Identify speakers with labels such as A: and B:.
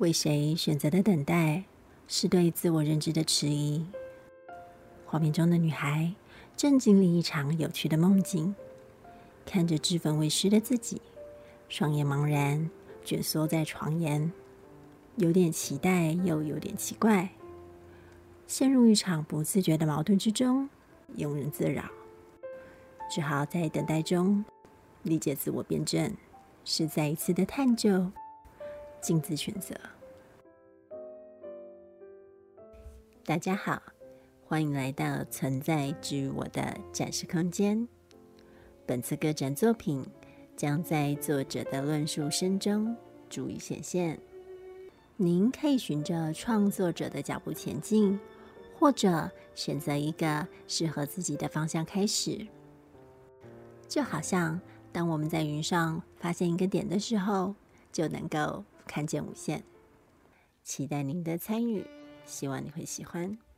A: 为谁选择的等待，是对自我认知的迟疑。画面中的女孩正经历一场有趣的梦境，看着脂粉为湿的自己，双眼茫然，蜷缩在床沿，有点期待又有点奇怪，陷入一场不自觉的矛盾之中，庸人自扰。只好在等待中理解自我辩证，是再一次的探究，镜子选择。大家好，欢迎来到存在之于我的展示空间。本次个展作品将在作者的论述声中逐一显现。您可以循着创作者的脚步前进，或者选择一个适合自己的方向开始。就好像当我们在云上发现一个点的时候，就能够看见无限。期待您的参与，希望你会喜欢。